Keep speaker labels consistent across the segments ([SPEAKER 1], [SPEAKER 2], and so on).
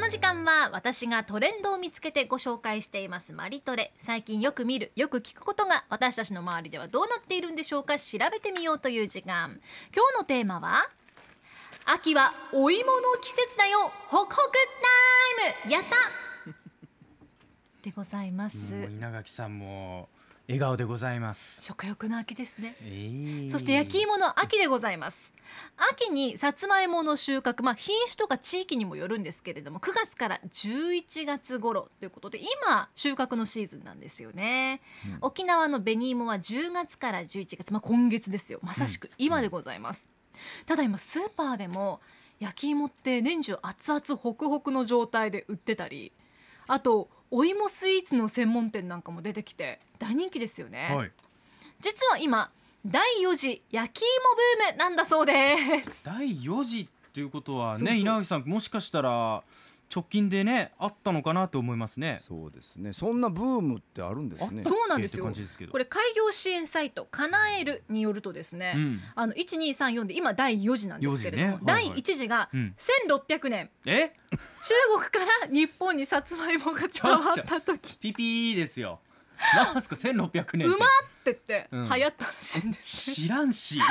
[SPEAKER 1] 時間は私がトレンドを見つけてご紹介していますマリトレ。最近よく見る、よく聞くことが私たちの周りではどうなっているんでしょうか、調べてみようという時間。今日のテーマは秋はお芋の季節だよ、ホクホクタイムやったでございます。
[SPEAKER 2] 稲垣さんも笑顔でございます。
[SPEAKER 1] 食欲の秋ですね、そして焼き芋の秋でございます。秋にさつまいもの収穫、品種とか地域にもよるんですけれども、9月から11月頃ということで今収穫のシーズンなんですよね、沖縄の紅芋は10月から11月、今月ですよ。まさしく今でございます、ただ今スーパーでも焼き芋って年中熱々ホクホクの状態で売ってたり、あとお芋スイーツの専門店なんかも出てきて大人気ですよね、実は今第4次焼き芋ブームなんだそうです。
[SPEAKER 2] 第4次っていうことはね、稲垣さんもしかしたら直近でねあったのかなと思いますね。
[SPEAKER 3] そうですね、そんなブームってあるんですね。
[SPEAKER 1] そうなんですよ。これ開業支援サイトカナエルによるとですね、1234で今第4次なんですけれども、第1次が1600年、中国から日本にさつまいもが伝わった時、
[SPEAKER 2] ピピーですよ。なんすか1600年って、
[SPEAKER 1] うまってって流行ったらしいんです、
[SPEAKER 2] 知らんし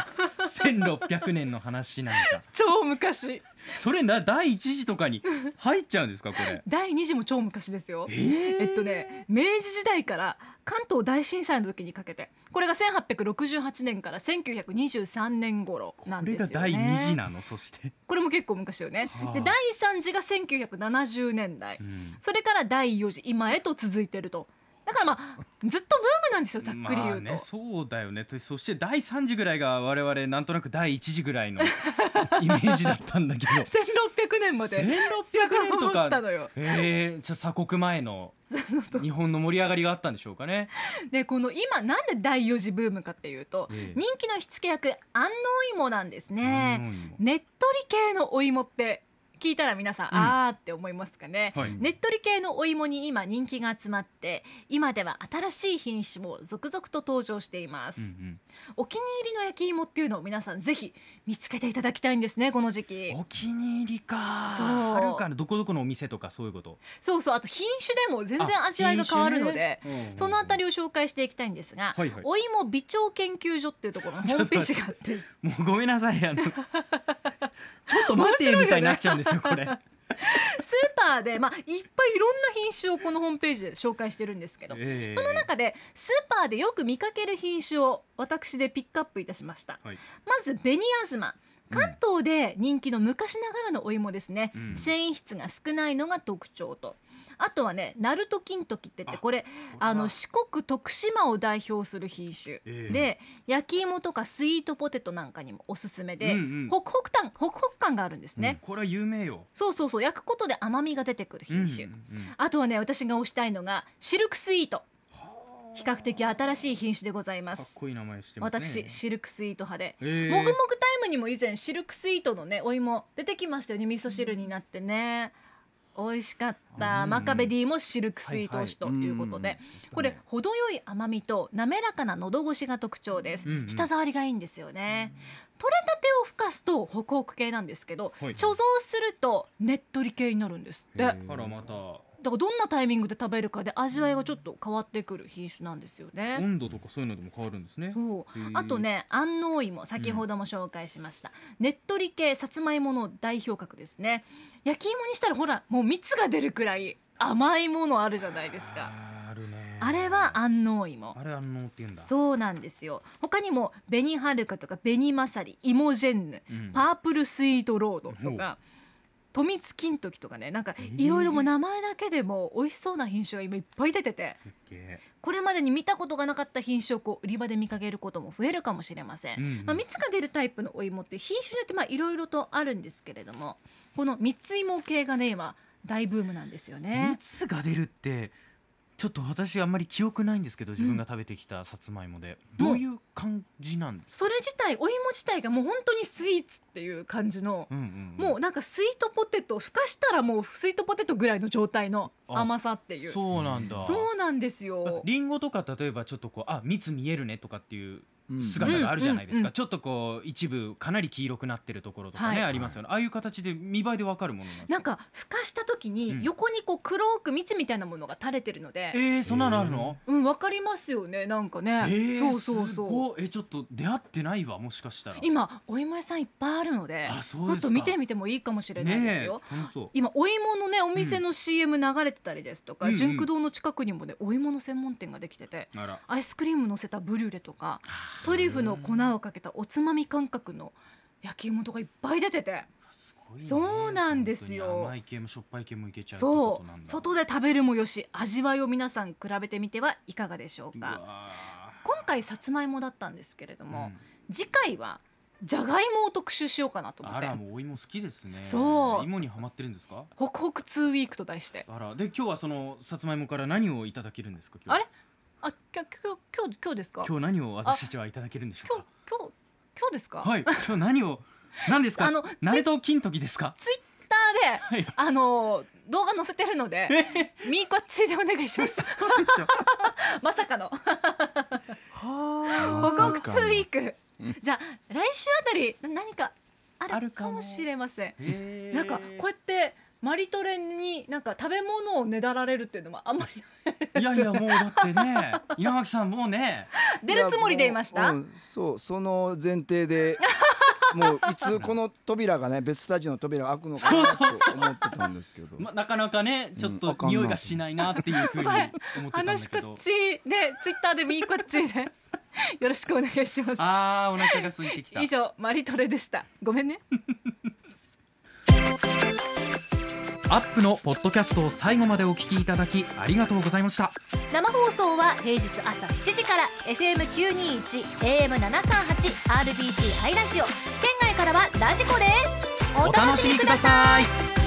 [SPEAKER 2] 1600年の話なんか
[SPEAKER 1] 超昔。
[SPEAKER 2] それ第一次とかに入っちゃうんですかこれ。
[SPEAKER 1] 第二次も超昔ですよ、明治時代から関東大震災の時にかけて、これが1868年から1923年頃なんですよね。
[SPEAKER 2] これが第二次なの。そして
[SPEAKER 1] これも結構昔よね、で第三次が1970年代、それから第四次今へと続いてると。だからずっとブームなんですよ、ざっくり言うと。
[SPEAKER 2] そうだよね。そして第3次ぐらいが我々なんとなく第1次ぐらいのイメージだったんだけど
[SPEAKER 1] 1600年まで
[SPEAKER 2] 1600年とか
[SPEAKER 1] ったのよ。
[SPEAKER 2] 鎖国前の日本の盛り上がりがあったんでしょうかね。
[SPEAKER 1] でこの今なんで第4次ブームかっていうと、人気の火付け役安納芋なんですね。ねっとり系のお芋って聞いたら皆さん、あーって思いますかね、ねっとり系のお芋に今人気が集まって、今では新しい品種も続々と登場しています、お気に入りの焼き芋っていうのを皆さんぜひ見つけていただきたいんですね、この時期。
[SPEAKER 2] お気に入りか。あるかな、どこどこのお店とかそういうこと。
[SPEAKER 1] そうそう、あと品種でも全然味わいが変わるので、そのあたりを紹介していきたいんですが、お芋美調研究所っていうところのホームページがあって、
[SPEAKER 2] もうごめんなさいちょっと待ってみたいになっちゃうんですよこれ。
[SPEAKER 1] スーパーで、いっぱいいろんな品種をこのホームページで紹介してるんですけど、その中でスーパーでよく見かける品種を私でピックアップいたしました、まず紅あずま。関東で人気の昔ながらのお芋ですね、繊維質が少ないのが特徴と、あとはね鳴門金時って言って、これ四国徳島を代表する品種、で焼き芋とかスイートポテトなんかにもおすすめで、ホクホク感があるんですね、
[SPEAKER 2] これは有名よ。
[SPEAKER 1] そう焼くことで甘みが出てくる品種、あとはね私が推したいのがシルクスイート。比較的新しい品種でございます。
[SPEAKER 2] かっこいい名前してますね。
[SPEAKER 1] 私シルクスイート派で、もぐもぐタイムにも以前シルクスイートのねお芋出てきましたよね、味噌汁になってね、美味しかった。マカベディもシルクスイート推しということで、これ程よい甘みと滑らかな喉越しが特徴です、舌触りがいいんですよね、取れたてをふかすとホクホク系なんですけど、貯蔵するとねっとり系になるんですって。
[SPEAKER 2] あらまた。
[SPEAKER 1] だからどんなタイミングで食べるかで味わいがちょっと変わってくる品種なんですよね。
[SPEAKER 2] 温度とかそういうのでも変わるんですね。
[SPEAKER 1] あとね安納芋、先ほども紹介しました、ねっとり系さつまいもの代表格ですね。焼き芋にしたらほらもう蜜が出るくらい甘いものあるじゃないですか。
[SPEAKER 2] あるね。
[SPEAKER 1] あれは安納芋。
[SPEAKER 2] あれ安納って言うんだ。
[SPEAKER 1] そうなんですよ。他にも紅はるかとか紅まさり、芋ジェンヌ、パープルスイートロードとか、富津金時とかね、なんかいろいろも名前だけでも美味しそうな品種が今いっぱい出てて、これまでに見たことがなかった品種を売り場で見かけることも増えるかもしれません。蜜が出るタイプのお芋って品種によっていろいろとあるんですけれども、この蜜芋系がね今大ブームなんですよね。
[SPEAKER 2] 蜜が出るってちょっと私あんまり記憶ないんですけど、自分が食べてきたさつまいもで、どういう感じなんですか？
[SPEAKER 1] それ自体お芋自体がもう本当にスイーツっていう感じの、もうなんかスイートポテトふかしたらもうスイートポテトぐらいの状態の甘さっていう。
[SPEAKER 2] そうなんだ。
[SPEAKER 1] そうなんですよ。
[SPEAKER 2] リンゴとか例えばちょっと蜜見えるねとかっていう姿があるじゃないですか、
[SPEAKER 1] うんうんうん
[SPEAKER 2] ちょっとこう一部かなり黄色くなってるところとかね、
[SPEAKER 1] はい
[SPEAKER 2] ありますよね。ああいう形で見栄えでわかるものなんですか。
[SPEAKER 1] なんか孵化した時に横にこう黒く蜜みたいなものが垂れてるので、
[SPEAKER 2] そんなのあるの？
[SPEAKER 1] わかりますよね、なんかね、そうそう
[SPEAKER 2] す
[SPEAKER 1] そう。
[SPEAKER 2] ごい。ちょっと出会ってないわ、もしかしたら。
[SPEAKER 1] 今お芋屋さんいっぱいあるので、
[SPEAKER 2] あ、そうですか。
[SPEAKER 1] ちょっと見てみてもいいかもしれないですよ。
[SPEAKER 2] ねえ、楽しそう。
[SPEAKER 1] 今お芋のねお店の CM 流れてたりですとか、
[SPEAKER 2] うんうん
[SPEAKER 1] 純駆堂の近くにもねお芋の専門店ができてて、
[SPEAKER 2] あら、
[SPEAKER 1] アイスクリーム乗せたブリュレとかトリュフの粉をかけたおつまみ感覚の焼き芋とかいっぱい出てて、
[SPEAKER 2] すごいね。
[SPEAKER 1] そうなんですよ。
[SPEAKER 2] 本当に甘い系もしょっぱい系もいけちゃうってこ
[SPEAKER 1] そう
[SPEAKER 2] となんだ。
[SPEAKER 1] 外で食べるもよし、味わいを皆さん比べてみてはいかがでしょう
[SPEAKER 2] う
[SPEAKER 1] か。
[SPEAKER 2] わ
[SPEAKER 1] 今回さつまいもだったんですけれど
[SPEAKER 2] ー
[SPEAKER 1] も、次回はじゃがいもを特集しようかなと思って、
[SPEAKER 2] あら、もうお芋好きですね。
[SPEAKER 1] そう
[SPEAKER 2] 芋にハマってるんですか。
[SPEAKER 1] ホクホク2ウィークと題して、
[SPEAKER 2] あら、で今日はそのさつまいもから何をいただけるんですか。今日
[SPEAKER 1] あれあ今日ですか。
[SPEAKER 2] 今日何を私たちはいただけるんでしょうか。
[SPEAKER 1] 今日ですか。
[SPEAKER 2] はい、今日何ですか。何と金時ですか。
[SPEAKER 1] ツイッターで、動画載せてるのでミーコッチでお願いしますまさかのホクホク2ウィーク、じゃあ来週あたり何かあるかもしれません。なんかこうやってマリトレになんか食べ物をねだられるっていうのもあんまり
[SPEAKER 2] いやいや、もうだってね、稲垣さんもうね
[SPEAKER 1] 出るつもりでいました。
[SPEAKER 3] そうその前提でもういつこの扉がね別スタジオの扉が開くのかなと思ってたんですけど
[SPEAKER 2] なかなかねちょっと匂いがしないなっていうふうに思ってたんだけど、
[SPEAKER 1] 話こっちでツイッターでミーコッチでよろしくお願いします。
[SPEAKER 2] お腹が空いてきた。
[SPEAKER 1] 以上マリトレでした。ごめんね
[SPEAKER 2] アップのポッドキャストを最後までお聞きいただきありがとうございました。
[SPEAKER 1] 生放送は平日朝7時から FM921 AM738 RBC ハイラジオ、県外からはラジコです。お楽しみください。